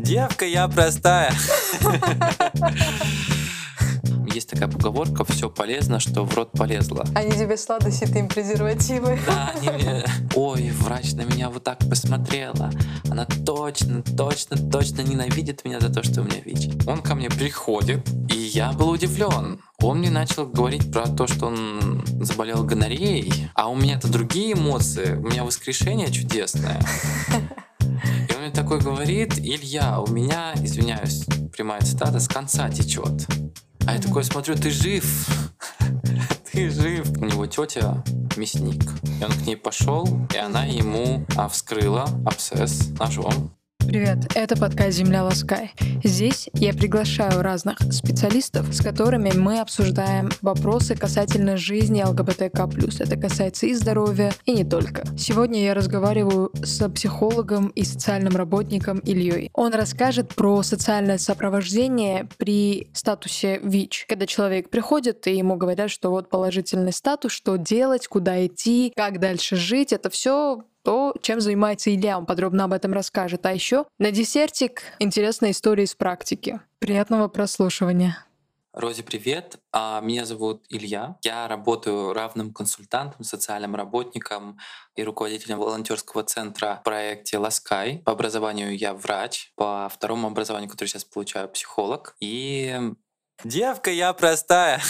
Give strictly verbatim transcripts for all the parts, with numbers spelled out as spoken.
Девка я простая. Есть такая поговорка: все полезно, что в рот полезло. Они тебе сладости, ты им презервативы. Да, они мне... Ой, врач на меня вот так посмотрела. Она точно, точно, точно ненавидит меня за то, что у меня ВИЧ. Он ко мне приходит, и я был удивлен. Он мне начал говорить про то, что он заболел гонореей, а у меня-то другие эмоции, у меня воскрешение чудесное. И он мне такой говорит: Илья, у меня, извиняюсь, прямая цитата, с конца течет. А я такой смотрю: ты жив, ты жив. У него тетя мясник, и он к ней пошел, и она ему а, вскрыла абсцесс ножом. Привет, это подкаст «Земля Ласкай». Здесь я приглашаю разных специалистов, с которыми мы обсуждаем вопросы касательно жизни ЛГБТК+. Это касается и здоровья, и не только. Сегодня я разговариваю с психологом и социальным работником Ильей. Он расскажет про социальное сопровождение при статусе ВИЧ. Когда человек приходит, и ему говорят, что вот положительный статус, что делать, куда идти, как дальше жить, это все то, чем занимается Илья, он подробно об этом расскажет. А еще на десертик интересная история из практики. Приятного прослушивания. Розе, привет. А, Меня зовут Илья. Я работаю равным консультантом, социальным работником и руководителем волонтерского центра в проекте Ласкай. По образованию я врач, по второму образованию, которое сейчас получаю, психолог. И девка я простая.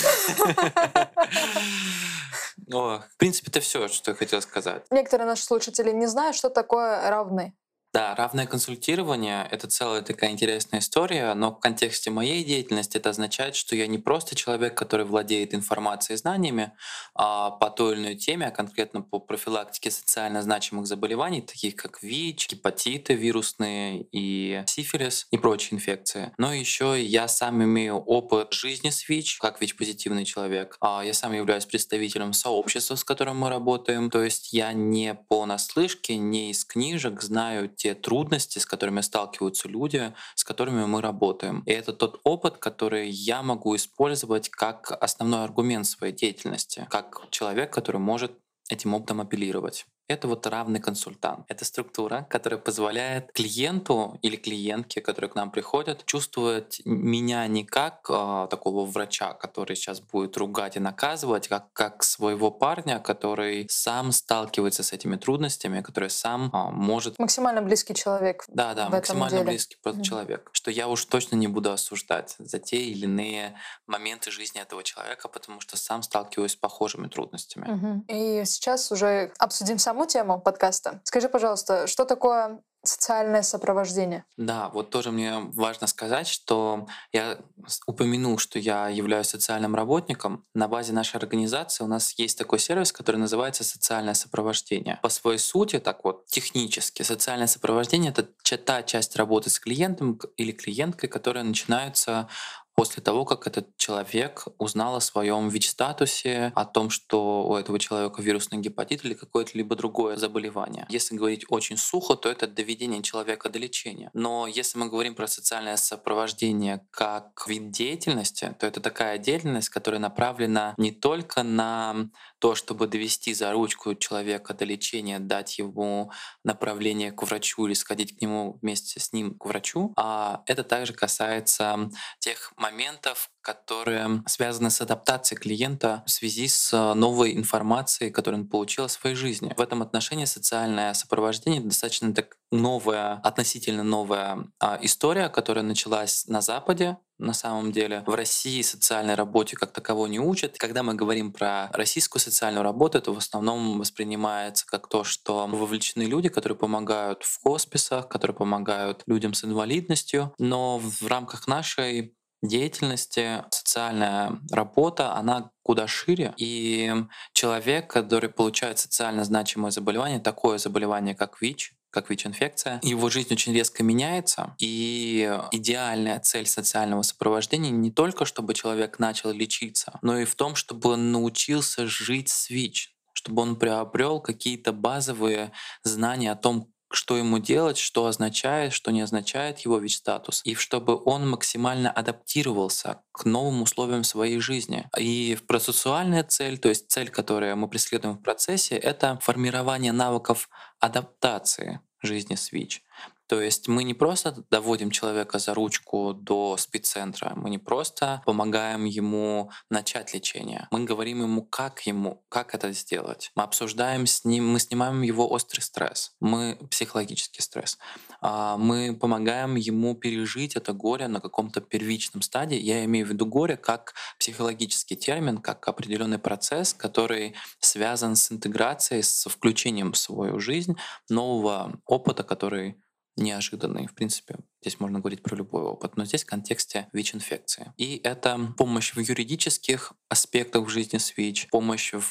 О, в принципе, это все, что я хотел сказать. Некоторые наши слушатели не знают, что такое равный. Да, равное консультирование — это целая такая интересная история, но в контексте моей деятельности это означает, что я не просто человек, который владеет информацией и знаниями а, по той или иной теме, а конкретно по профилактике социально значимых заболеваний, таких как ВИЧ, гепатиты вирусные и сифилис и прочие инфекции. Но еще я сам имею опыт жизни с ВИЧ, как ВИЧ-позитивный человек. А, Я сам являюсь представителем сообщества, с которым мы работаем. То есть я не понаслышке, не из книжек знаю те трудности, с которыми сталкиваются люди, с которыми мы работаем. И это тот опыт, который я могу использовать как основной аргумент своей деятельности, как человек, который может этим опытом апеллировать. Это вот равный консультант. Это структура, которая позволяет клиенту или клиентке, которые к нам приходят, чувствовать меня не как э, такого врача, который сейчас будет ругать и наказывать, как, как своего парня, который сам сталкивается с этими трудностями, который сам э, может... Максимально близкий человек. Да, да, в максимально этом деле. близкий просто Мгм. человек. Что я уж точно не буду осуждать за те или иные моменты жизни этого человека, потому что сам сталкиваюсь с похожими трудностями. Мгм. И сейчас уже обсудим саму тему подкаста. Скажи, пожалуйста, что такое социальное сопровождение? Да, вот тоже мне важно сказать, что я с- упомянул, что я являюсь социальным работником. На базе нашей организации у нас есть такой сервис, который называется социальное сопровождение. По своей сути, так вот, технически, социальное сопровождение — это ча- та часть работы с клиентом к- или клиенткой, которая начинается после того, как этот человек узнал о своем ВИЧ-статусе, о том, что у этого человека вирусный гепатит или какое-то либо другое заболевание. Если говорить очень сухо, то это доведение человека до лечения. Но если мы говорим про социальное сопровождение как вид деятельности, то это такая деятельность, которая направлена не только на то, чтобы довести за ручку человека до лечения, дать ему направление к врачу или сходить к нему вместе с ним к врачу, а это также касается тех моментов, которые связаны с адаптацией клиента в связи с э, новой информацией, которую он получил о своей жизни. В этом отношении социальное сопровождение достаточно так новая, относительно новая а, история, которая началась на Западе. На самом деле в России социальной работе как таковой не учат. Когда мы говорим про российскую социальную работу, это в основном воспринимается как то, что вовлечены люди, которые помогают в хосписах, которые помогают людям с инвалидностью. Но в рамках нашей деятельности социальная работа, она куда шире. И человек, который получает социально значимое заболевание, такое заболевание, как ВИЧ, как ВИЧ-инфекция, его жизнь очень резко меняется. И идеальная цель социального сопровождения не только, чтобы человек начал лечиться, но и в том, чтобы он научился жить с ВИЧ, чтобы он приобрел какие-то базовые знания о том, что ему делать, что означает, что не означает его ВИЧ-статус, и чтобы он максимально адаптировался к новым условиям своей жизни. И процессуальная цель, то есть цель, которую мы преследуем в процессе, это формирование навыков адаптации жизни с ВИЧ. То есть мы не просто доводим человека за ручку до спеццентра, мы не просто помогаем ему начать лечение, мы говорим ему, как ему, как это сделать. Мы обсуждаем с ним, мы снимаем его острый стресс, мы психологический стресс. А, Мы помогаем ему пережить это горе на каком-то первичном стадии. Я имею в виду горе как психологический термин, как определенный процесс, который связан с интеграцией, с включением в свою жизнь нового опыта, который неожиданный. В принципе, здесь можно говорить про любой опыт, но здесь в контексте ВИЧ-инфекции. И это помощь в юридических аспектах в жизни с ВИЧ, помощь в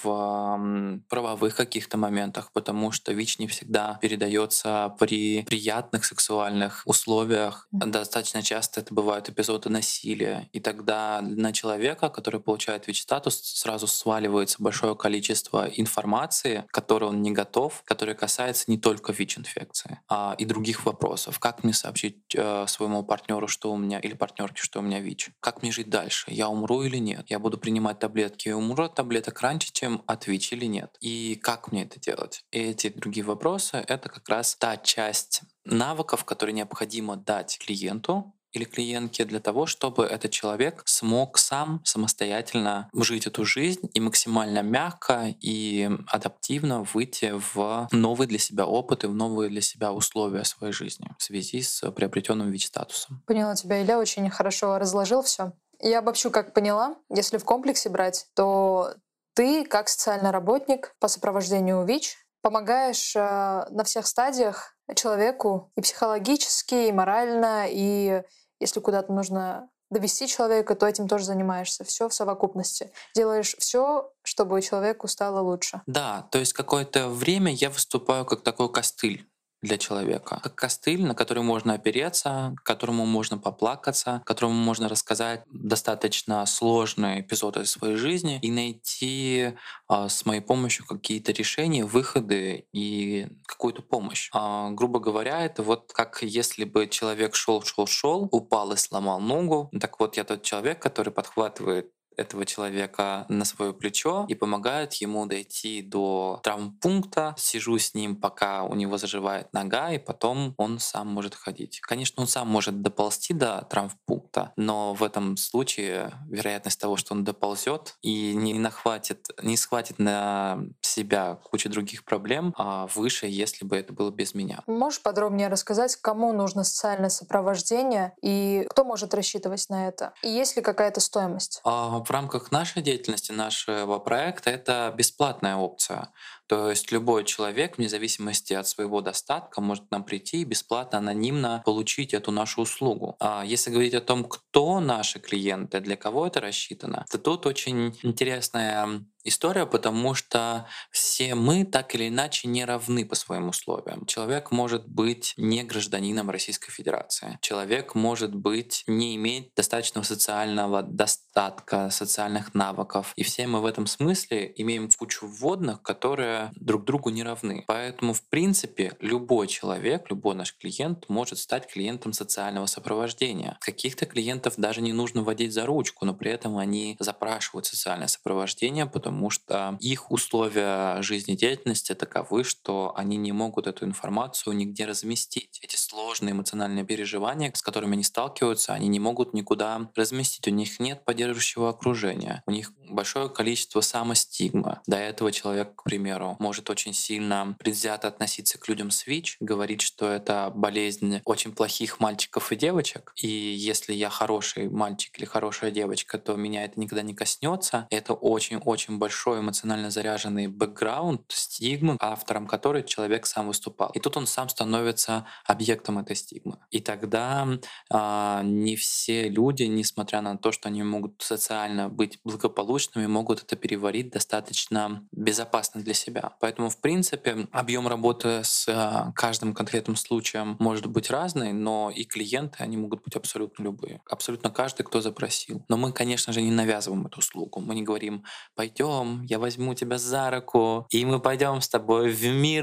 м, правовых каких-то моментах, потому что ВИЧ не всегда передается при приятных сексуальных условиях. Достаточно часто это бывают эпизоды насилия. И тогда на человека, который получает ВИЧ-статус, сразу сваливается большое количество информации, к которой он не готов, которая касается не только ВИЧ-инфекции, а и других вопросов. Как мне сообщить э, своему партнеру, что у меня, или партнерке, что у меня ВИЧ? Как мне жить дальше? Я умру или нет? Я буду принимать таблетки и умру от таблеток раньше, чем от ВИЧ или нет? И как мне это делать? И эти другие вопросы — это как раз та часть навыков, которые необходимо дать клиенту или клиентке для того, чтобы этот человек смог сам самостоятельно жить эту жизнь и максимально мягко и адаптивно выйти в новый для себя опыт и в новые для себя условия своей жизни в связи с приобретенным ВИЧ-статусом. Поняла тебя, Илья, очень хорошо разложил все. Я обобщу, как поняла. Если в комплексе брать, то ты, как социальный работник по сопровождению ВИЧ, помогаешь э, на всех стадиях человеку и психологически, и морально, и если куда-то нужно довести человека, то этим тоже занимаешься. Все в совокупности. Делаешь все, чтобы человеку стало лучше. Да, то есть какое-то время я выступаю как такой костыль для человека. Как костыль, на который можно опереться, к которому можно поплакаться, которому можно рассказать достаточно сложные эпизоды из своей жизни и найти а, с моей помощью какие-то решения, выходы и какую-то помощь. А, грубо говоря, это вот как если бы человек шел, шел, шел, упал и сломал ногу. Так вот, я тот человек, который подхватывает этого человека на свое плечо и помогает ему дойти до травмпункта. Сижу с ним, пока у него заживает нога, и потом он сам может ходить. Конечно, он сам может доползти до травмпункта, но в этом случае вероятность того, что он доползет и не нахватит, не схватит на себя кучу других проблем, а выше, если бы это было без меня. Можешь подробнее рассказать, кому нужно социальное сопровождение и кто может рассчитывать на это? И есть ли какая-то стоимость? А, В рамках нашей деятельности, нашего проекта, это бесплатная опция. То есть любой человек, вне зависимости от своего достатка, может к нам прийти и бесплатно, анонимно получить эту нашу услугу. А если говорить о том, кто наши клиенты, для кого это рассчитано, то тут очень интересная история, потому что все мы так или иначе не равны по своим условиям. Человек может быть не гражданином Российской Федерации. Человек может быть не иметь достаточного социального достатка, социальных навыков. И все мы в этом смысле имеем кучу вводных, которые друг другу не равны. Поэтому, в принципе, любой человек, любой наш клиент может стать клиентом социального сопровождения. Каких-то клиентов даже не нужно водить за ручку, но при этом они запрашивают социальное сопровождение, потому что их условия жизнедеятельности таковы, что они не могут эту информацию нигде разместить. Эти сложные эмоциональные переживания, с которыми они сталкиваются, они не могут никуда разместить. У них нет поддерживающего окружения. У них большое количество самостигмы. До этого человек, к примеру, может очень сильно предвзято относиться к людям с ВИЧ, говорить, что это болезнь очень плохих мальчиков и девочек. И если я хороший мальчик или хорошая девочка, то меня это никогда не коснется. Это очень-очень большой эмоционально заряженный бэкграунд, стигмы, автором которой человек сам выступал. И тут он сам становится объектом этой стигмы. И тогда а, не все люди, несмотря на то, что они могут социально быть благополучными, могут это переварить достаточно безопасно для себя. Поэтому, в принципе, объем работы с а, каждым конкретным случаем может быть разный, но и клиенты, они могут быть абсолютно любые. Абсолютно каждый, кто запросил. Но мы, конечно же, не навязываем эту услугу. Мы не говорим: пойдем, я возьму тебя за руку, и мы пойдем с тобой в мир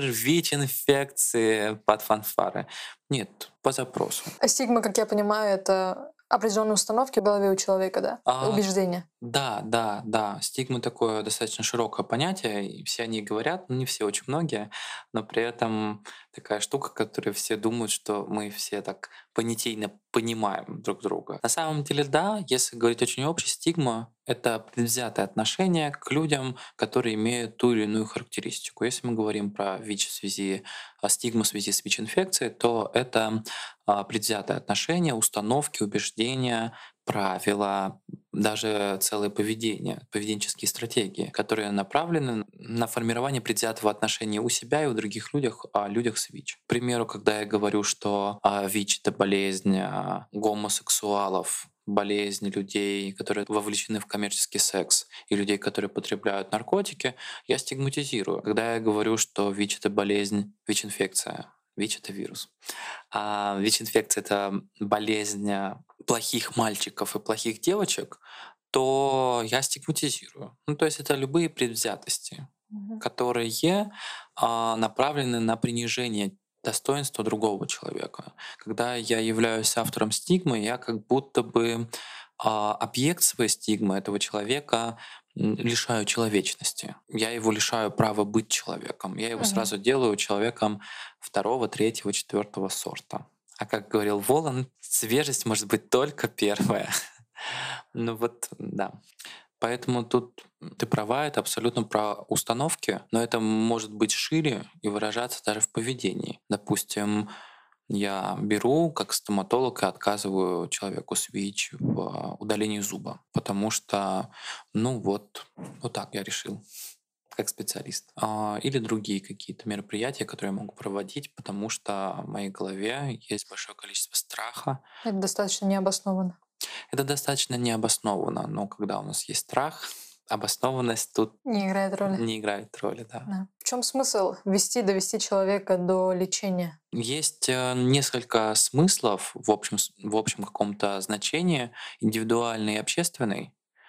ВИЧ-инфекции под фанфары. Нет, по запросу. А стигма, как я понимаю, это Определенные установки в голове у человека, да? А, Убеждения. да, да, да. Стигма такое достаточно широкое понятие, и все о ней говорят, ну не все, очень многие, но при этом такая штука, которую все думают, что мы все так понятийно понимаем друг друга. На самом деле, да, если говорить очень общий, стигма — это предвзятое отношение к людям, которые имеют ту или иную характеристику. Если мы говорим про ВИЧ в связи, а, стигму в связи с ВИЧ-инфекцией, то это а, предвзятое отношение, установки, убеждения, правила, даже целое поведение, поведенческие стратегии, которые направлены на формирование предвзятого отношения у себя и у других людях о людях с ВИЧ. К примеру, когда я говорю, что а, ВИЧ — это болезнь а, гомосексуалов, болезнь людей, которые вовлечены в коммерческий секс, и людей, которые потребляют наркотики, я стигматизирую. Когда я говорю, что ВИЧ — это болезнь, ВИЧ-инфекция, ВИЧ — это вирус. А ВИЧ-инфекция — это болезнь а, плохих мальчиков и плохих девочек, то я стигматизирую. Ну, то есть это любые предвзятости, Мгм. которые а, направлены на принижение достоинства другого человека. Когда я являюсь автором стигмы, я как будто бы а, объект своей стигмы этого человека м, лишаю человечности. Я его лишаю права быть человеком. Я его Мгм. сразу делаю человеком второго, третьего, четвертого сорта. А как говорил Волан, свежесть может быть только первая. Ну вот, да. Поэтому тут ты права, это абсолютно про установки, но это может быть шире и выражаться даже в поведении. Допустим, я беру как стоматолог и отказываю человеку с ВИЧ в а, удалении зуба, потому что, ну вот, вот так я решил как специалист. А, Или другие какие-то мероприятия, которые я могу проводить, потому что в моей голове есть большое количество страха. Это достаточно необоснованно. Это достаточно необоснованно, но когда у нас есть страх, обоснованность тут Не играет роли. не играет роли, да. Да. В чем смысл вести, довести человека до лечения? Есть э, несколько смыслов в общем, с- в общем каком-то значении, индивидуальный и общественный.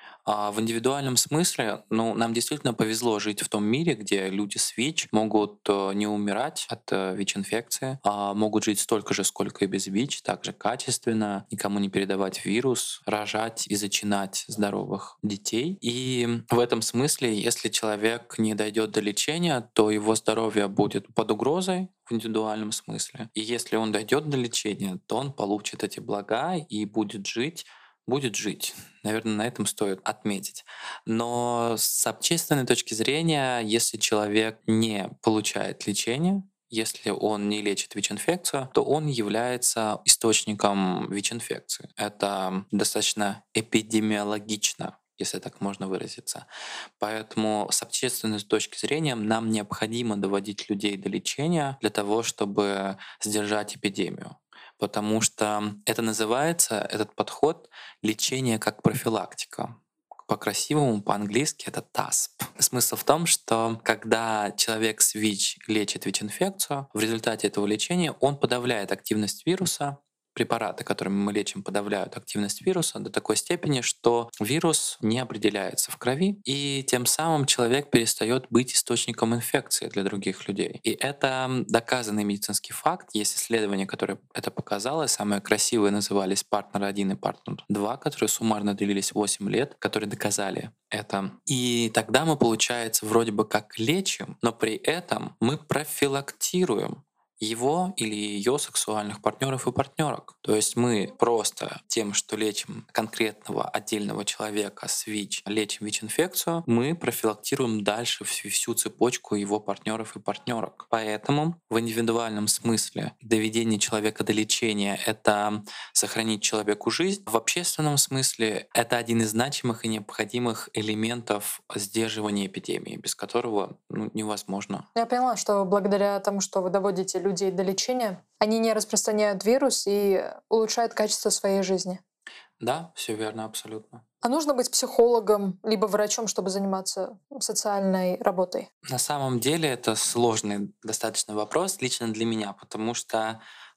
А в индивидуальном смысле, ну, нам действительно повезло жить в том мире, где люди с ВИЧ могут э, не умирать от э, ВИЧ-инфекции, а могут жить столько же, сколько и без ВИЧ, также качественно, никому не передавать вирус, рожать и зачинать здоровых детей. И в этом смысле, если человек не дойдет до лечения, то его здоровье будет под угрозой в индивидуальном смысле. И если он дойдет до лечения, то он получит эти блага и будет жить будет жить. Наверное, на этом стоит отметить. Но с общественной точки зрения, если человек не получает лечение, если он не лечит ВИЧ-инфекцию, то он является источником ВИЧ-инфекции. Это достаточно эпидемиологично, если так можно выразиться. Поэтому с общественной точки зрения нам необходимо доводить людей до лечения для того, чтобы сдержать эпидемию. Потому что это называется, этот подход, лечение как профилактика. По-красивому, по-английски это тасп. Смысл в том, что когда человек с ВИЧ лечит ВИЧ-инфекцию, в результате этого лечения он подавляет активность вируса. Препараты, которыми мы лечим, подавляют активность вируса до такой степени, что вирус не определяется в крови, и тем самым человек перестает быть источником инфекции для других людей. И это доказанный медицинский факт. Есть исследования, которые это показало. Самые красивые назывались «Партнер один» и «Партнер два», которые суммарно длились восемь лет, которые доказали это. И тогда мы, получается, вроде бы как лечим, но при этом мы профилактируем его или ее сексуальных партнеров и партнерок. То есть мы просто тем, что лечим конкретного отдельного человека с ВИЧ, лечим ВИЧ-инфекцию, мы профилактируем дальше всю, всю цепочку его партнеров и партнерок. Поэтому в индивидуальном смысле доведение человека до лечения — это сохранить человеку жизнь. В общественном смысле это один из значимых и необходимых элементов сдерживания эпидемии, без которого ну, невозможно. Я поняла, что благодаря тому, что вы доводите людей до лечения, они не распространяют вирус и улучшают качество своей жизни. Да, все верно, абсолютно. А нужно быть психологом либо врачом, чтобы заниматься социальной работой? На самом деле это сложный достаточно вопрос лично для меня, потому что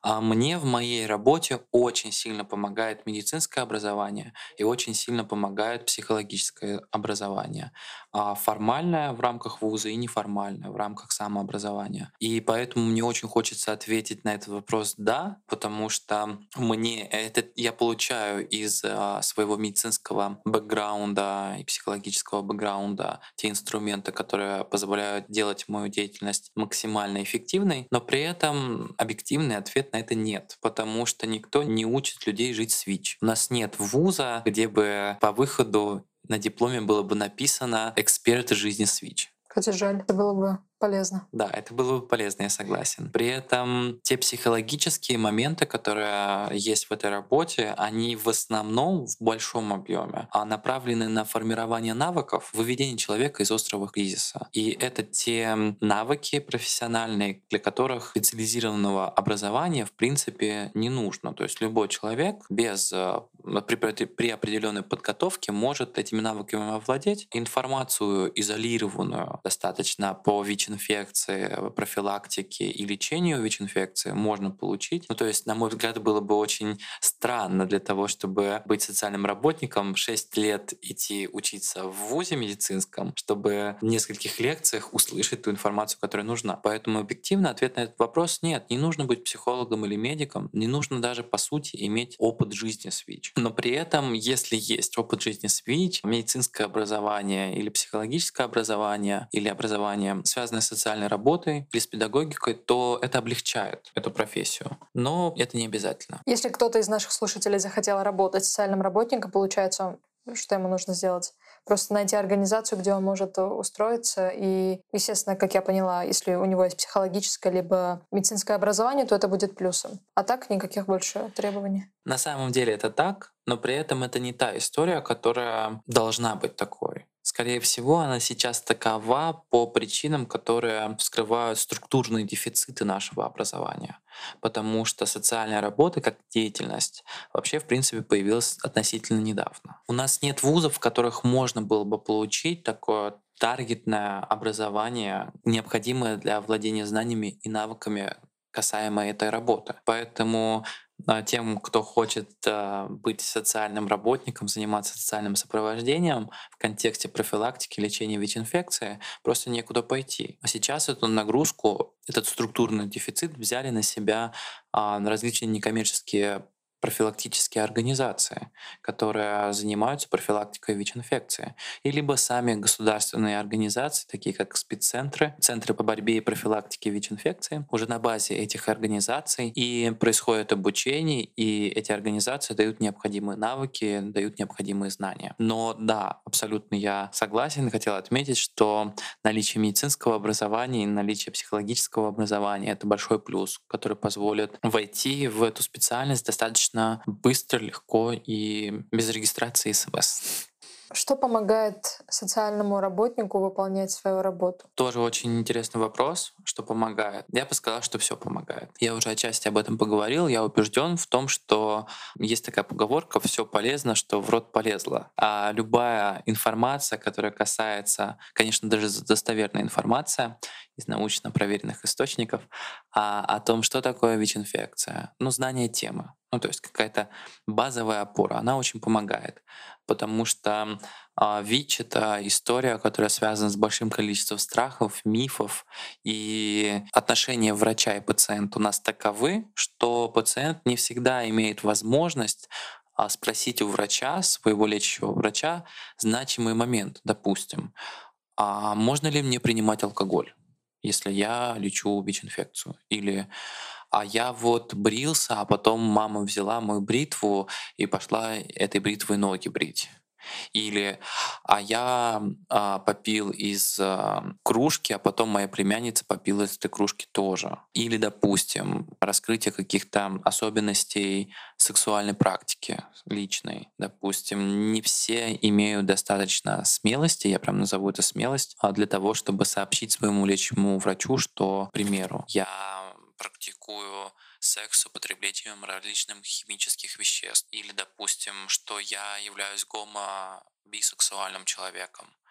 А мне в моей работе очень сильно помогает медицинское образование и очень сильно помогает психологическое образование. А формальное в рамках вуза и неформальное в рамках самообразования. И поэтому мне очень хочется ответить на этот вопрос «да», потому что мне это я получаю из а, своего медицинского бэкграунда и психологического бэкграунда те инструменты, которые позволяют делать мою деятельность максимально эффективной, но при этом объективный ответ на это нет, потому что никто не учит людей жить с ВИЧ. У нас нет вуза, где бы по выходу на дипломе было бы написано «эксперт жизни с ВИЧ». Кстати, жаль, это было бы полезно. Да, это было бы полезно, я согласен. При этом те психологические моменты, которые есть в этой работе, они в основном в большом объеме а направлены на формирование навыков выведения человека из острого кризиса. И это те навыки профессиональные, для которых специализированного образования в принципе не нужно. То есть любой человек без э, при, при при определенной подготовке может этими навыками овладеть. Информацию изолированную достаточно по ВИЧ-инфекции, профилактике и лечению ВИЧ-инфекции можно получить. Ну, то есть, на мой взгляд, было бы очень странно для того, чтобы быть социальным работником, шесть лет идти учиться в вузе медицинском, чтобы в нескольких лекциях услышать ту информацию, которая нужна. Поэтому объективно ответ на этот вопрос — нет, не нужно быть психологом или медиком, не нужно даже, по сути, иметь опыт жизни с ВИЧ. Но при этом, если есть опыт жизни с ВИЧ, медицинское образование или психологическое образование, или образование, связанное с социальной работой или с педагогикой, то это облегчает эту профессию. Но это не обязательно. Если кто-то из наших слушателей захотел работать социальным работником, получается, что ему нужно сделать? Просто найти организацию, где он может устроиться. И, естественно, как я поняла, если у него есть психологическое либо медицинское образование, то это будет плюсом. А так никаких больше требований. На самом деле это так, но при этом это не та история, которая должна быть такой. Скорее всего, она сейчас такова по причинам, которые вскрывают структурные дефициты нашего образования. Потому что социальная работа как деятельность вообще, в принципе, появилась относительно недавно. У нас нет вузов, в которых можно было бы получить такое таргетное образование, необходимое для владения знаниями и навыками касаемо этой работы. Поэтому а, тем, кто хочет а, быть социальным работником, заниматься социальным сопровождением в контексте профилактики, лечения ВИЧ-инфекции, просто некуда пойти. А сейчас эту нагрузку, этот структурный дефицит взяли на себя а, различные некоммерческие профилактические организации, которые занимаются профилактикой ВИЧ-инфекции. И либо сами государственные организации, такие как спеццентры, центры по борьбе и профилактике ВИЧ-инфекции. Уже на базе этих организаций и происходит обучение, и эти организации дают необходимые навыки, дают необходимые знания. Но да, абсолютно я согласен, хотел отметить, что наличие медицинского образования и наличие психологического образования — это большой плюс, который позволит войти в эту специальность достаточно быстро, легко и без регистрации СМС. Что помогает социальному работнику выполнять свою работу? Тоже очень интересный вопрос, что помогает. Я бы сказал, что все помогает. Я уже отчасти об этом поговорил. Я убежден в том, что есть такая поговорка: все полезно, что в рот полезло. А любая информация, которая касается, конечно, даже достоверная информация из научно проверенных источников а, о том, что такое ВИЧ-инфекция, ну, знание темы, ну, то есть какая-то базовая опора, она очень помогает, потому что а, ВИЧ — это история, которая связана с большим количеством страхов, мифов, и отношения врача и пациента у нас таковы, что пациент не всегда имеет возможность а, спросить у врача, своего лечащего врача, значимый момент, допустим, а можно ли мне принимать алкоголь, если я лечу ВИЧ-инфекцию? Или а я вот брился, а потом мама взяла мою бритву и пошла этой бритвой ноги брить. Или а я а, попил из а, кружки, а потом моя племянница попила из этой кружки тоже. Или, допустим, раскрытие каких-то особенностей сексуальной практики личной. Допустим, не все имеют достаточно смелости, я прям назову это смелость, а для того, чтобы сообщить своему лечащему врачу, что, к примеру, я практикую секс с употреблением различных химических веществ. Или, допустим, что я являюсь гомо-бисексуальным человеком.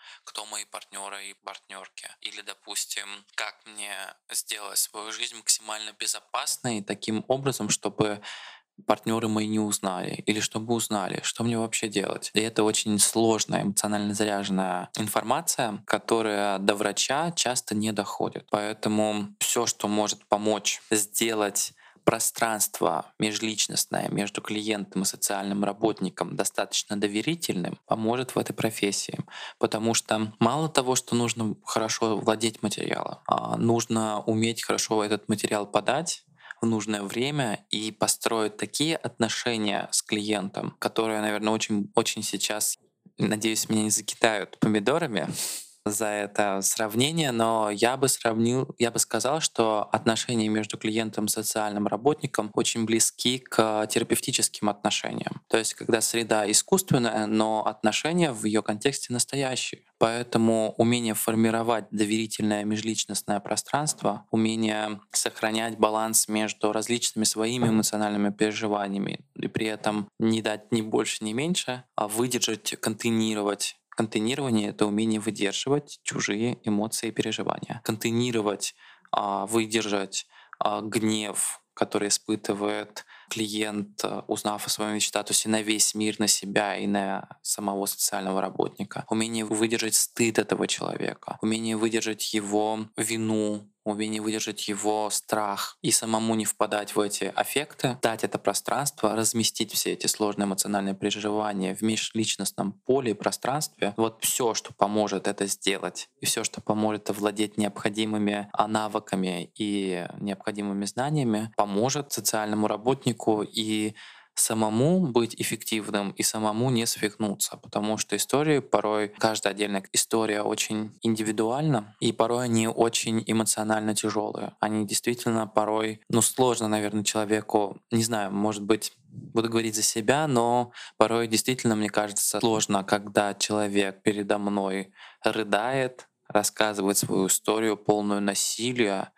кто мои партнеры и партнерки. Или, допустим, как мне сделать свою жизнь максимально безопасной таким образом, чтобы партнеры мои не узнали, или чтобы узнали, что мне вообще делать. И это очень сложная, эмоционально заряженная информация, которая до врача часто не доходит. Поэтому все, что может помочь сделать пространство межличностное между клиентом и социальным работником достаточно доверительным, поможет в этой профессии. Потому что мало того, что нужно хорошо владеть материалом, а нужно уметь хорошо этот материал подать в нужное время и построить такие отношения с клиентом, которые, наверное, очень, очень сейчас, надеюсь, меня не закидают помидорами за это сравнение, но я бы сравнил, я бы сказал, что отношения между клиентом и социальным работником очень близки к терапевтическим отношениям. То есть, когда среда искусственная, но отношения в ее контексте настоящие. Поэтому умение формировать доверительное межличностное пространство, умение сохранять баланс между различными своими эмоциональными переживаниями и при этом не дать ни больше, ни меньше, а выдержать, контейнировать. Контейнирование — это умение выдерживать чужие эмоции и переживания. Контейнировать, а, выдержать а, гнев, который испытывает клиент, а, узнав о своем статусе, на весь мир, на себя и на самого социального работника. Умение выдержать стыд этого человека, умение выдержать его вину, умение выдержать его страх и самому не впадать в эти аффекты, дать это пространство, разместить все эти сложные эмоциональные переживания в межличностном поле и пространстве. Вот все, что поможет это сделать, и все, что поможет овладеть необходимыми а, навыками и необходимыми знаниями, поможет социальному работнику и самому быть эффективным и самому не свихнуться, потому что истории порой, каждая отдельная история очень индивидуальна, и порой они очень эмоционально тяжелые. Они действительно порой, ну сложно, наверное, человеку, не знаю, может быть, буду говорить за себя, но порой действительно, мне кажется, сложно, когда человек передо мной рыдает, рассказывает свою историю, полную насилия,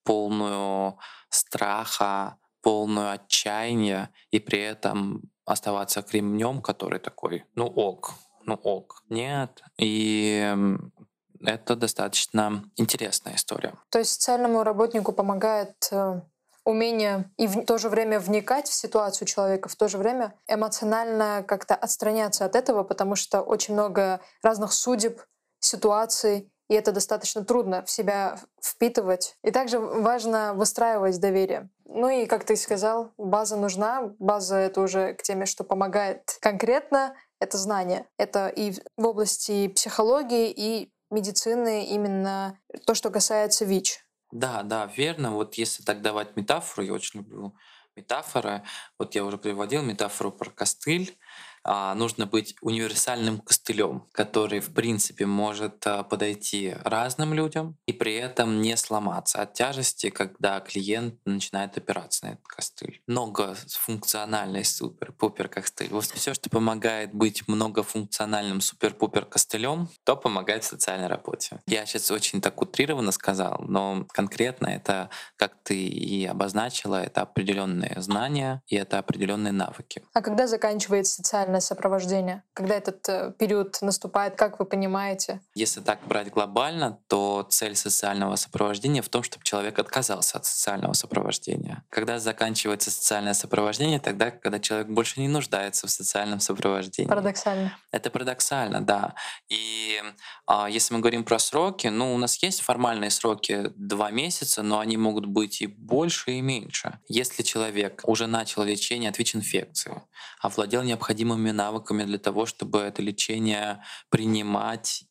полную страха, полную отчаяния, и при этом оставаться кремнем, который такой, ну ок, ну ок. Нет. И м, это достаточно интересная история. То есть социальному работнику помогает э, умение и в то же время вникать в ситуацию человека, в то же время эмоционально как-то отстраняться от этого, потому что очень много разных судеб, ситуаций, и это достаточно трудно в себя впитывать. И также важно выстраивать доверие. Ну и, как ты сказал, база нужна. База — это уже к теме, что помогает конкретно. Это знание. Это и в области психологии, и медицины, именно то, что касается ВИЧ. Да, да, верно. Вот если так давать метафору, я очень люблю метафоры. Вот я уже приводил метафору про костыль. А, нужно быть универсальным костылем, который, в принципе, может а, подойти разным людям и при этом не сломаться от тяжести, когда клиент начинает опираться на этот костыль. Многофункциональный супер-пупер костыль. Вот все, что помогает быть многофункциональным супер-пупер костылем, то помогает в социальной работе. Я сейчас очень так утрированно сказал, но конкретно это, как ты и обозначила, это определенные знания и это определенные навыки. А когда заканчивается социальное сопровождение? Когда этот э, период наступает, как вы понимаете? Если так брать глобально, то цель социального сопровождения в том, чтобы человек отказался от социального сопровождения. Когда заканчивается социальное сопровождение, тогда, когда человек больше не нуждается в социальном сопровождении. Парадоксально. Это парадоксально, да. И а, если мы говорим про сроки, ну, у нас есть формальные сроки два месяца, но они могут быть и больше, и меньше. Если человек уже начал лечение от ВИЧ-инфекции, овладел необходимыми навыками для того, чтобы это лечение принимать,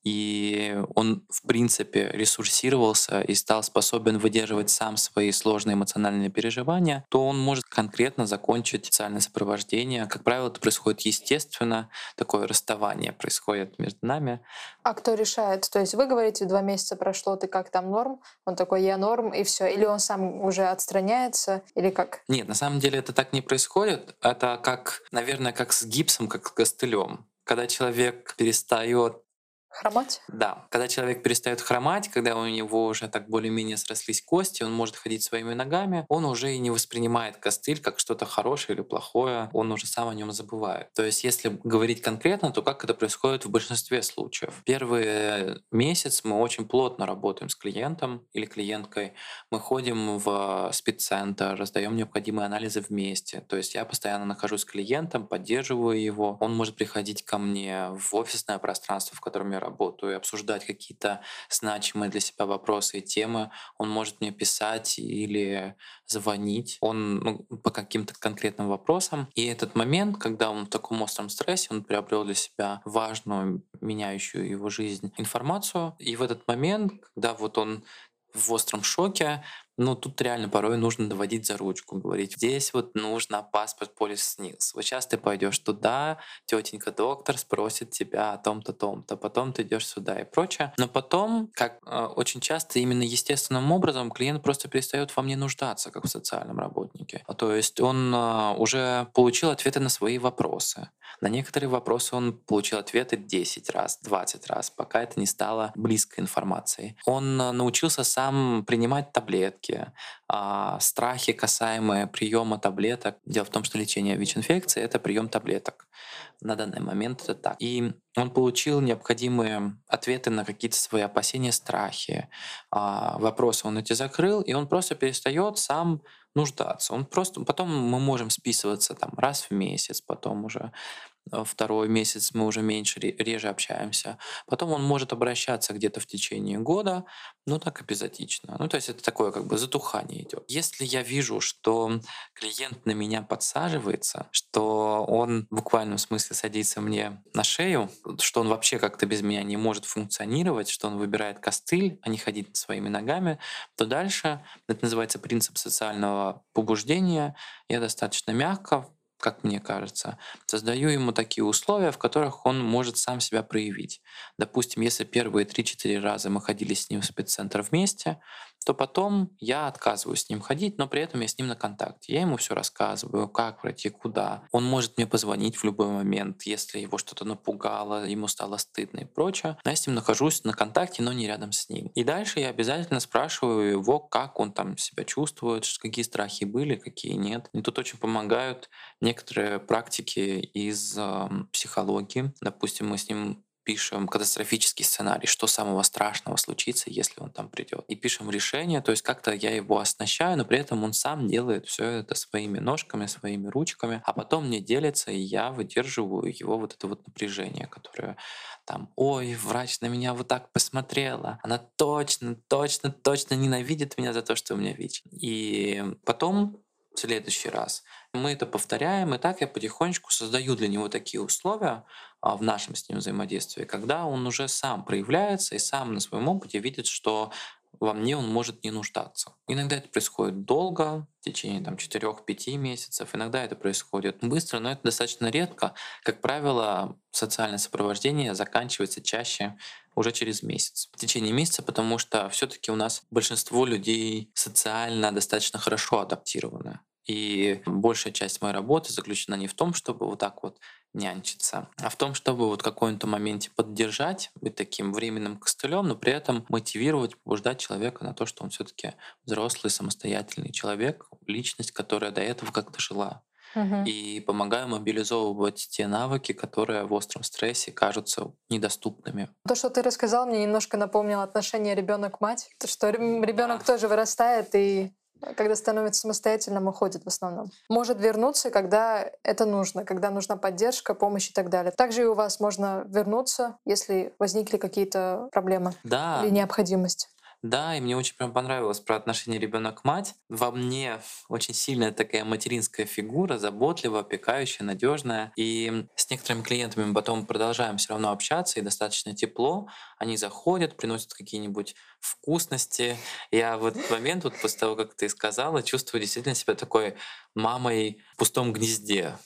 и он, в принципе, ресурсировался и стал способен выдерживать сам свои сложные эмоциональные переживания, то он может конкретно закончить социальное сопровождение. Как правило, это происходит естественно, такое расставание происходит между нами. А кто решает? То есть вы говорите, два месяца прошло, ты как там норм? Он такой, я норм, и все. Или он сам уже отстраняется, или как? Нет, на самом деле это так не происходит. Это как, наверное, как с гипсом, как с костылем. Когда человек перестает Хромать? Да, когда человек перестает хромать, когда у него уже так более-менее срослись кости, он может ходить своими ногами, он уже и не воспринимает костыль как что-то хорошее или плохое, он уже сам о нем забывает. То есть, если говорить конкретно, то как это происходит в большинстве случаев? Первый месяц мы очень плотно работаем с клиентом или клиенткой, мы ходим в спеццентр, раздаем необходимые анализы вместе. То есть я постоянно нахожусь с клиентом, поддерживаю его, он может приходить ко мне в офисное пространство, в котором я работаю, и обсуждать какие-то значимые для себя вопросы и темы. Он может мне писать или звонить. Он ну, по каким-то конкретным вопросам. И этот момент, когда он в таком остром стрессе, он приобрел для себя важную, меняющую его жизнь информацию. И в этот момент, когда вот он в остром шоке, ну, тут реально порой нужно доводить за ручку, говорить, здесь вот нужно паспорт, полис, снилс. Вот сейчас ты пойдешь туда, тетенька доктор спросит тебя о том-то, том-то, потом ты идешь сюда и прочее. Но потом, как э, очень часто именно естественным образом, клиент просто перестает во мне нуждаться, как в социальном работнике. А То есть он э, уже получил ответы на свои вопросы. На некоторые вопросы он получил ответы десять раз, двадцать раз, пока это не стало близкой информацией. Он э, научился сам принимать таблетки, а, страхи, касаемые приема таблеток. Дело в том, что лечение ВИЧ-инфекции — это прием таблеток. На данный момент это так. И он получил необходимые ответы на какие-то свои опасения, страхи. А, вопросы он эти закрыл, и он просто перестает сам нуждаться. Он просто потом мы можем списываться там раз в месяц, потом уже а, второй месяц мы уже меньше, ре- реже общаемся. Потом он может обращаться где-то в течение года, ну так эпизодично. Ну то есть это такое как бы затухание идет. Если я вижу, что клиент на меня подсаживается, что он в буквальном смысле садится мне на шею, что он вообще как-то без меня не может функционировать, что он выбирает костыль, а не ходить своими ногами, то дальше, это называется принцип социального побуждения, я достаточно мягко, как мне кажется, создаю ему такие условия, в которых он может сам себя проявить. Допустим, если первые три-четыре раза мы ходили с ним в спеццентр вместе, то потом я отказываюсь с ним ходить, но при этом я с ним на контакте. Я ему все рассказываю, как пройти, куда. Он может мне позвонить в любой момент, если его что-то напугало, ему стало стыдно и прочее. Но я с ним нахожусь на контакте, но не рядом с ним. И дальше я обязательно спрашиваю его, как он там себя чувствует, ш- какие страхи были, какие нет. И тут очень помогают некоторые практики из ам, психологии. Допустим, мы с ним пишем катастрофический сценарий, что самого страшного случится, если он там придет. И пишем решение, то есть как-то я его оснащаю, но при этом он сам делает все это своими ножками, своими ручками, а потом мне делится, и я выдерживаю его вот это вот напряжение, которое там, ой, врач на меня вот так посмотрела, она точно, точно, точно ненавидит меня за то, что у меня ВИЧ. И потом в следующий раз мы это повторяем, и так я потихонечку создаю для него такие условия а, в нашем с ним взаимодействии, когда он уже сам проявляется и сам на своем опыте видит, что во мне он может не нуждаться. Иногда это происходит долго, в течение там, четырёх-пяти месяцев, иногда это происходит быстро, но это достаточно редко. Как правило, социальное сопровождение заканчивается чаще уже через месяц. В течение месяца, потому что все-таки у нас большинство людей социально достаточно хорошо адаптированы. И большая часть моей работы заключена не в том, чтобы вот так вот нянчиться, а в том, чтобы вот в каком-то моменте поддержать, быть таким временным костылем, но при этом мотивировать, побуждать человека на то, что он все-таки взрослый, самостоятельный человек, личность, которая до этого как-то жила. Мгм. И помогаю мобилизовывать те навыки, которые в остром стрессе кажутся недоступными. То, что ты рассказал, мне немножко напомнило отношение ребенок-мать. То, что ребенок Да, тоже вырастает и э, когда становится самостоятельным, уходит в основном. Может вернуться, когда это нужно, когда нужна поддержка, помощь и так далее. Также и у вас можно вернуться, если возникли какие-то проблемы или да, необходимость. Да, и мне очень прям понравилось про отношение ребенок-мать. Во мне очень сильная такая материнская фигура, заботливая, опекающая, надежная. И с некоторыми клиентами мы потом продолжаем все равно общаться, и достаточно тепло. Они заходят, приносят какие-нибудь вкусности. Я в этот момент, вот после того, как ты сказала, чувствую действительно себя такой мамой в пустом гнезде.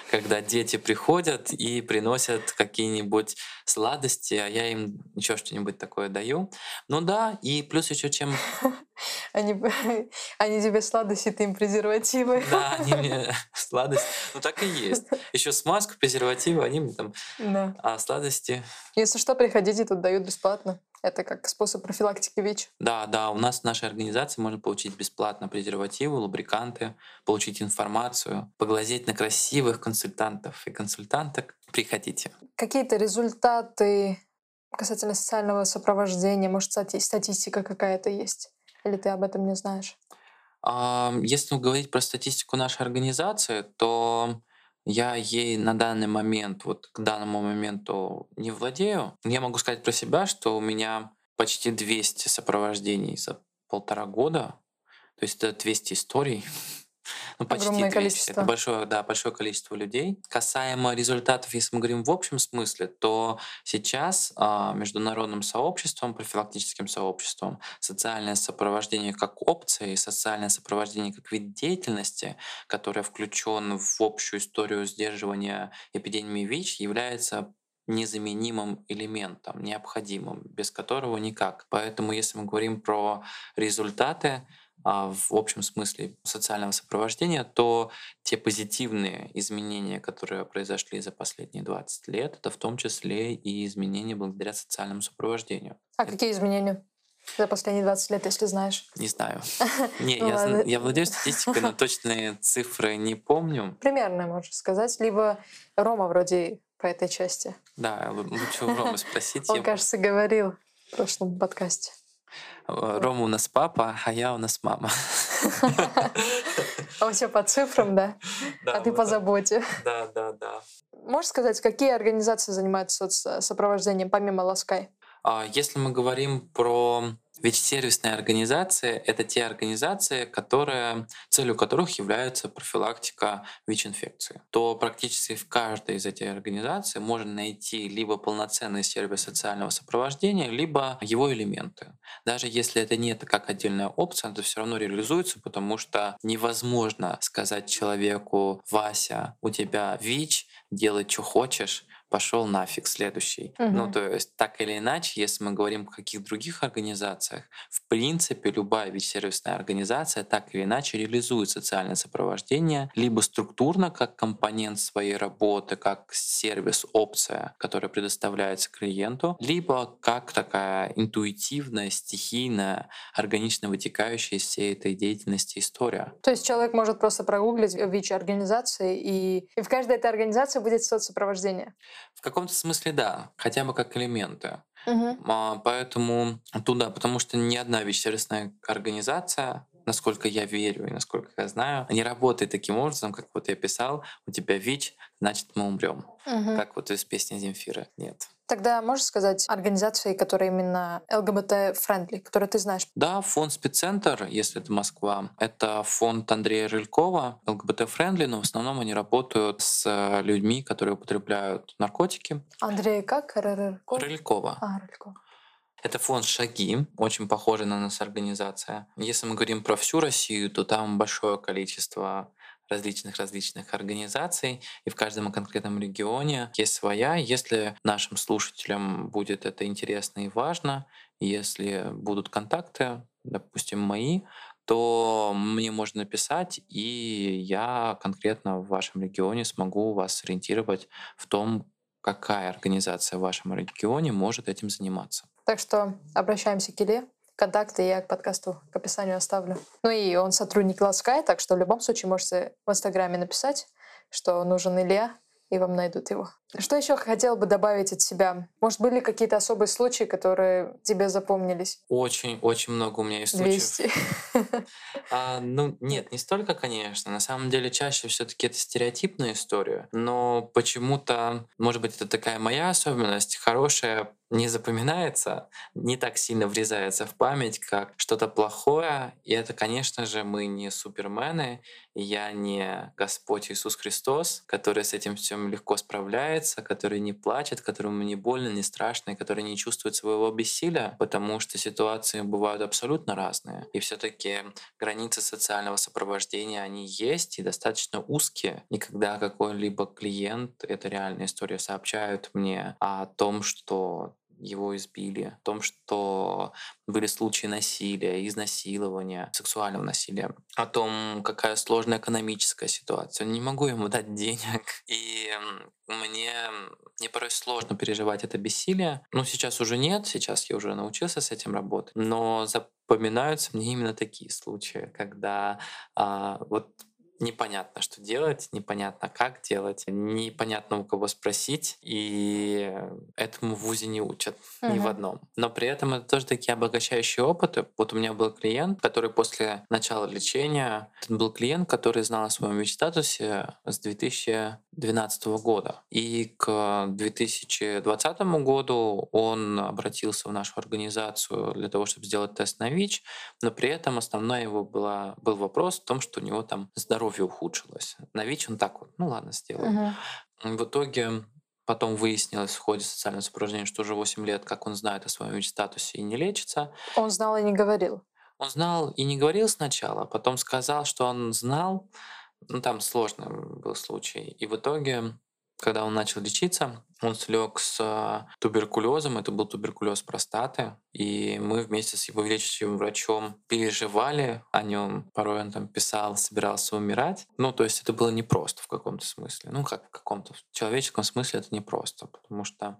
когда дети приходят и приносят какие-нибудь сладости, а я им еще что-нибудь такое даю. Ну да, и плюс еще чем... Они, б- они тебе сладости, ты им презервативы. Да, они мне сладость. Ну так и есть. Еще смазку, презервативы, они мне там Да. а сладости. Если что, приходите, тут дают бесплатно. Это как способ профилактики ВИЧ. Да, да, у нас в нашей организации можно получить бесплатно презервативы, лубриканты, получить информацию, поглазеть на красивых консультантов и консультанток. Приходите. Какие-то результаты касательно социального сопровождения, может, стати- статистика какая-то есть? Или ты об этом не знаешь? А, Если говорить про статистику нашей организации, то я ей на данный момент, вот к данному моменту не владею. Я могу сказать про себя, что у меня почти двести сопровождений за полтора года. То есть это двести историй. Ну, почти Огромное двести. Это количество. большое, да, большое количество людей. Касаемо результатов, если мы говорим в общем смысле, то сейчас а, международным сообществом, профилактическим сообществом, социальное сопровождение как опция и социальное сопровождение как вид деятельности, которое включен в общую историю сдерживания эпидемии ВИЧ, является незаменимым элементом, необходимым, без которого никак. Поэтому, если мы говорим про результаты, а, в общем смысле социального сопровождения, то те позитивные изменения, которые произошли за последние двадцать лет, это в том числе и изменения благодаря социальному сопровождению. А Это какие изменения за последние двадцать лет, если знаешь? не знаю. Не, Ну я, зн- ладно. я владею статистикой, но точные цифры не помню. Примерно, можешь сказать. Либо Рома вроде по этой части. Да, л- лучше у Ромы спросить. Он, Я- кажется, говорил в прошлом подкасте. э, Рома у нас папа, а я у нас мама. А все по цифрам, да? Да, А ты мы по так- заботе. Да, да, да. Можешь сказать, какие организации занимаются соцсопровождением помимо Ласкай? А, Если мы говорим про ВИЧ-сервисные организации, это те организации, которые, целью которых является профилактика ВИЧ-инфекции, то практически в каждой из этих организаций можно найти либо полноценный сервис социального сопровождения, либо его элементы. Даже если это не это как отдельная опция, это все равно реализуется, потому что невозможно сказать человеку: «Вася, у тебя ВИЧ, делай, что хочешь, пошел нафиг, следующий». Ну, Мгм. то есть, так или иначе, если мы говорим о каких других организациях, в принципе, любая ВИЧ-сервисная организация так или иначе реализует социальное сопровождение либо структурно, как компонент своей работы, как сервис, опция, которая предоставляется клиенту, либо как такая интуитивная, стихийная, органично вытекающая из всей этой деятельности история. То есть человек может просто прогуглить ВИЧ-организации, и, и в каждой этой организации будет соцсопровождение. В каком-то смысле да, хотя бы как элементы. Мгм. А, Поэтому туда, потому что ни одна ВИЧ-сервисная организация, насколько я верю и насколько я знаю, не работает таким образом, как вот я писал: «У тебя ВИЧ, значит мы умрем». Мгм. Как вот из песни Земфиры. Нет. Тогда можешь сказать организации, которые именно ЛГБТ-френдли, которые ты знаешь? Да, фонд «Спеццентр», если это Москва, это фонд Андрея Рылькова, ЛГБТ-френдли, но в основном они работают с э, людьми, которые употребляют наркотики. Андрей как? Рырырко? Рылькова. А, Рылько. Это фонд «Шаги», очень похожая на нас организация. Если мы говорим про всю Россию, то там большое количество различных-различных организаций, и в каждом конкретном регионе есть своя. Если нашим слушателям будет это интересно и важно, если будут контакты, допустим, мои, то мне можно написать, и я конкретно в вашем регионе смогу вас сориентировать в том, какая организация в вашем регионе может этим заниматься. Так что обращаемся к Илье. Контакты я к подкасту, к описанию оставлю. Ну и он сотрудник Ласкай, так что в любом случае можете в Инстаграме написать, что нужен Илья, и вам найдут его. Что еще хотел бы добавить от себя? Может, были какие-то особые случаи, которые тебе запомнились? Очень-очень много у меня есть случаев. двести. А, ну, нет, не столько, конечно. На самом деле, чаще все-таки это стереотипная история. Но почему-то, может быть, это такая моя особенность, хорошая не запоминается, не так сильно врезается в память, как что-то плохое. И это, конечно же, мы не супермены, и я не Господь Иисус Христос, который с этим всем легко справляется, который не плачет, которому не больно, не страшно, и который не чувствует своего бессилия, потому что ситуации бывают абсолютно разные. И все таки границы социального сопровождения, они есть и достаточно узкие. И когда какой-либо клиент, это реальная история, сообщают мне о том, что его избили, о том, что были случаи насилия, изнасилования, сексуального насилия, о том, какая сложная экономическая ситуация. Не могу ему дать денег. И мне, мне порой сложно переживать это бессилие. Ну, сейчас уже нет, сейчас я уже научился с этим работать. Но запоминаются мне именно такие случаи, когда а, вот непонятно, что делать, непонятно, как делать, непонятно, у кого спросить, и этому в ВУЗе не учат ни в Мгм. одном. Но при этом это тоже такие обогащающие опыты. Вот у меня был клиент, который после начала лечения, это был клиент, который знал о своем ВИЧ-статусе с две тысячи двенадцатого года. И к две тысячи двадцатому году он обратился в нашу организацию для того, чтобы сделать тест на ВИЧ, но при этом основной его была, был вопрос в том, что у него там здоровье ухудшилось. На ВИЧ он так вот, ну ладно, сделаем. Мгм. В итоге потом выяснилось в ходе социального сопровождения, что уже восемь лет, как он знает о своем ВИЧ-статусе и не лечится. Он знал и не говорил. Он знал и не говорил сначала, а потом сказал, что он знал. Ну, там сложный был случай. И в итоге, когда он начал лечиться, он слег с а, туберкулезом. Это был туберкулез простаты. И мы вместе с его лечащим врачом переживали о нем. Порой он там писал, собирался умирать. Ну, то есть это было непросто в каком-то смысле. Ну, как в каком-то в человеческом смысле это непросто, потому что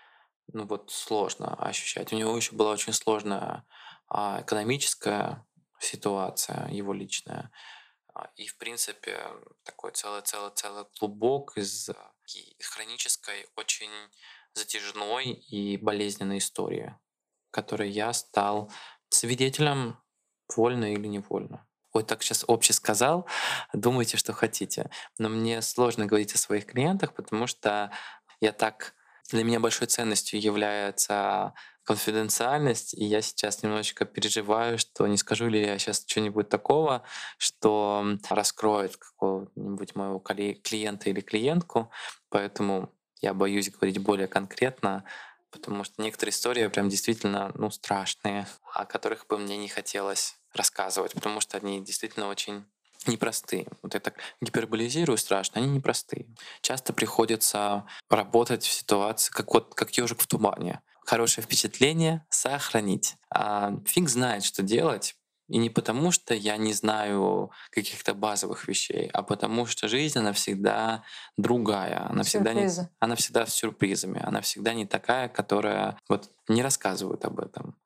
ну вот сложно ощущать. У него еще была очень сложная а, экономическая ситуация, его личная. А, И, в принципе, такой целый-целый-целый клубок из а, ки- хронической, очень затяжной и болезненной истории, которой я стал свидетелем, вольно или невольно. Ой, так сейчас обще сказал, думайте, что хотите. Но мне сложно говорить о своих клиентах, потому что я так для меня большой ценностью является конфиденциальность, и я сейчас немножечко переживаю, что не скажу ли я сейчас что-нибудь такого, что м, раскроет какого-нибудь моего колле- клиента или клиентку, поэтому я боюсь говорить более конкретно, потому что некоторые истории прям действительно ну, страшные, о которых бы мне не хотелось рассказывать, потому что они действительно очень непростые. Вот я так гиперболизирую страшно, они непростые. Часто приходится работать в ситуации, как вот как ежик в тумане. Хорошее впечатление сохранить. А фиг знает, что делать. И не потому, что я не знаю каких-то базовых вещей, а потому что жизнь, она всегда другая. Она всегда, не, Сюрпризы. она всегда с сюрпризами. Она всегда не такая, которая вот не рассказывают об этом.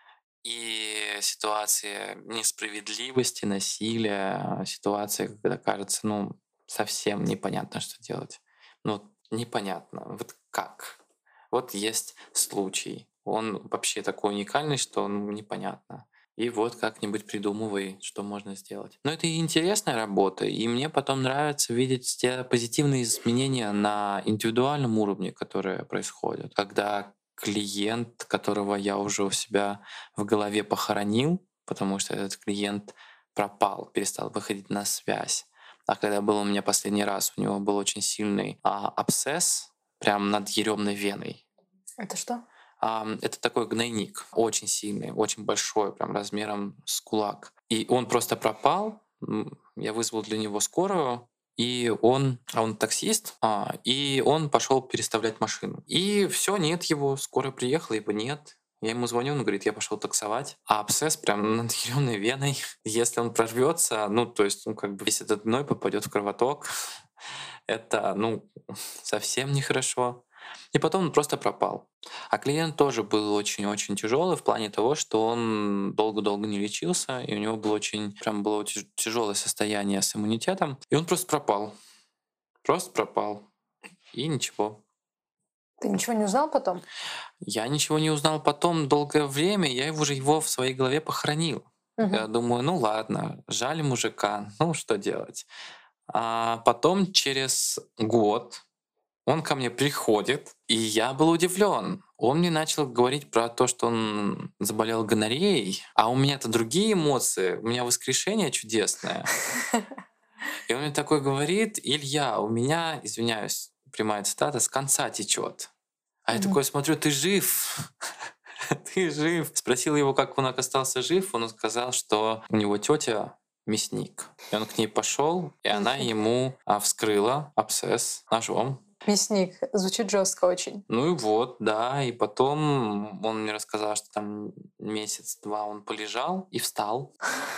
И ситуации несправедливости, насилия, ситуации, когда кажется, ну, совсем непонятно, что делать. Ну, вот непонятно. Вот как? Вот есть случай. Он вообще такой уникальный, что ну, непонятно. И вот как-нибудь придумывай, что можно сделать. Но это и интересная работа, и мне потом нравится видеть те позитивные изменения на индивидуальном уровне, которые происходят, когда клиент, которого я уже у себя в голове похоронил, потому что этот клиент пропал, перестал выходить на связь. А когда был у меня последний раз, у него был очень сильный а, абсцесс прямо над еремной веной. Это что? Ам, это такой гнойник, очень сильный, очень большой, прям размером с кулак. И он просто пропал. М, Я вызвал для него скорую, и он, а он таксист, а, и он пошел переставлять машину. И все, нет его, скорая приехала, его нет. Я ему звоню, он говорит, я пошел таксовать. А абсцесс прям над еремной веной. Если он прорвется, ну, то есть, ну, как бы весь этот гной попадет в кровоток. Это, ну, совсем нехорошо. И потом он просто пропал. А клиент тоже был очень-очень тяжелый в плане того, что он долго-долго не лечился, и у него было очень, прям было тяжелое состояние с иммунитетом, и он просто пропал. Просто пропал. И ничего. Ты ничего не узнал потом? Я ничего не узнал потом долгое время, я его уже его в своей голове похоронил. Я Мгм. думаю, ну ладно, жаль мужика, ну что делать. А потом через год он ко мне приходит, и я был удивлен. Он мне начал говорить про то, что он заболел гонореей, а у меня-то другие эмоции, у меня воскрешение чудесное. И он мне такой говорит: Илья, у меня, извиняюсь, прямая цитата, с конца течет. А я Мгм. такой смотрю, ты жив? Ты жив? Спросил его, как он остался жив. Он сказал, что у него тетя мясник. И он к ней пошел, и она Нифига. ему а, вскрыла абсцесс ножом. Мясник. Звучит жестко очень. Ну и вот, да. И потом он мне рассказал, что там месяц-два он полежал и встал.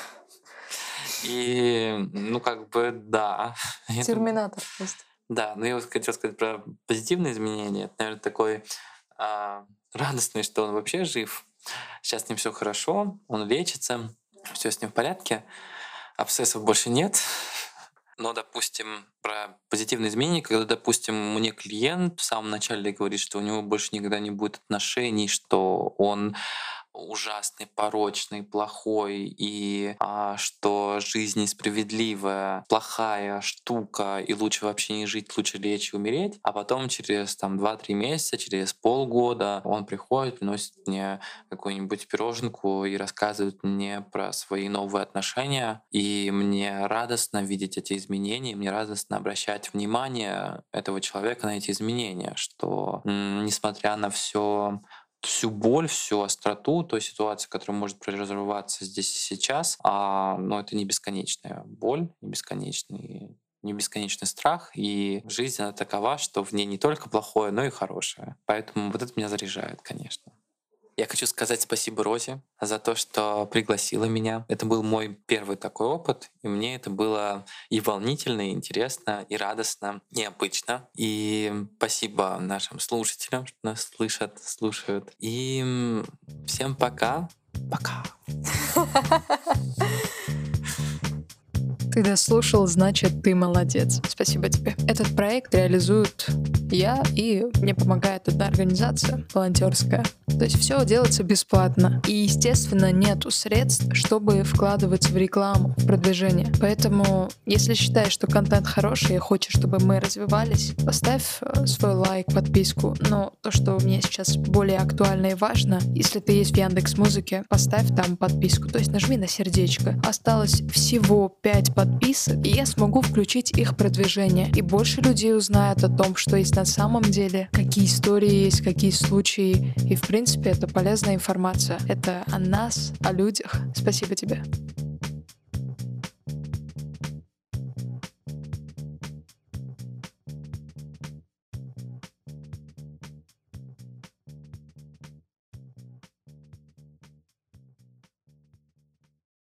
И, ну, как бы, да. Это- Терминатор просто. Да, но я вот хотел сказать про позитивные изменения. Это, наверное, такой а, радостный, что он вообще жив. Сейчас с ним все хорошо, он лечится, все с ним в порядке. Абсцессов больше нет. Но, допустим, про позитивные изменения, когда, допустим, мне клиент в самом начале говорит, что у него больше никогда не будет отношений, что он ужасный, порочный, плохой, и а, что жизнь несправедливая, плохая штука, и лучше вообще не жить, лучше лечь и умереть. А потом через там два-три месяца, через полгода он приходит, приносит мне какую-нибудь пироженку и рассказывает мне про свои новые отношения. И мне радостно видеть эти изменения, мне радостно обращать внимание этого человека на эти изменения, что м, несмотря на все всю боль, всю остроту той ситуации, которая может развиваться здесь и сейчас, а, но это не бесконечная боль, не бесконечный, не бесконечный страх, и жизнь она такова, что в ней не только плохое, но и хорошее. Поэтому вот это меня заряжает, конечно. Я хочу сказать спасибо Розе за то, что пригласила меня. Это был мой первый такой опыт, и мне это было и волнительно, и интересно, и радостно, необычно. И спасибо нашим слушателям, что нас слышат, слушают. И м, всем пока. Пока. Ты дослушал, значит, ты молодец. Спасибо тебе. Этот проект реализуют я, и мне помогает одна организация волонтерская. То есть все делается бесплатно. И, естественно, нету средств, чтобы вкладываться в рекламу, в продвижение. Поэтому, если считаешь, что контент хороший и хочешь, чтобы мы развивались, поставь э, свой лайк, подписку. Но то, что мне сейчас более актуально и важно, если ты есть в Яндекс.Музыке, поставь там подписку. То есть нажми на сердечко. Осталось всего пять подписок, и я смогу включить их продвижение. И больше людей узнают о том, что есть на самом деле, какие истории есть, какие случаи. И, в принципе, это полезная информация. Это о нас, о людях. Спасибо тебе.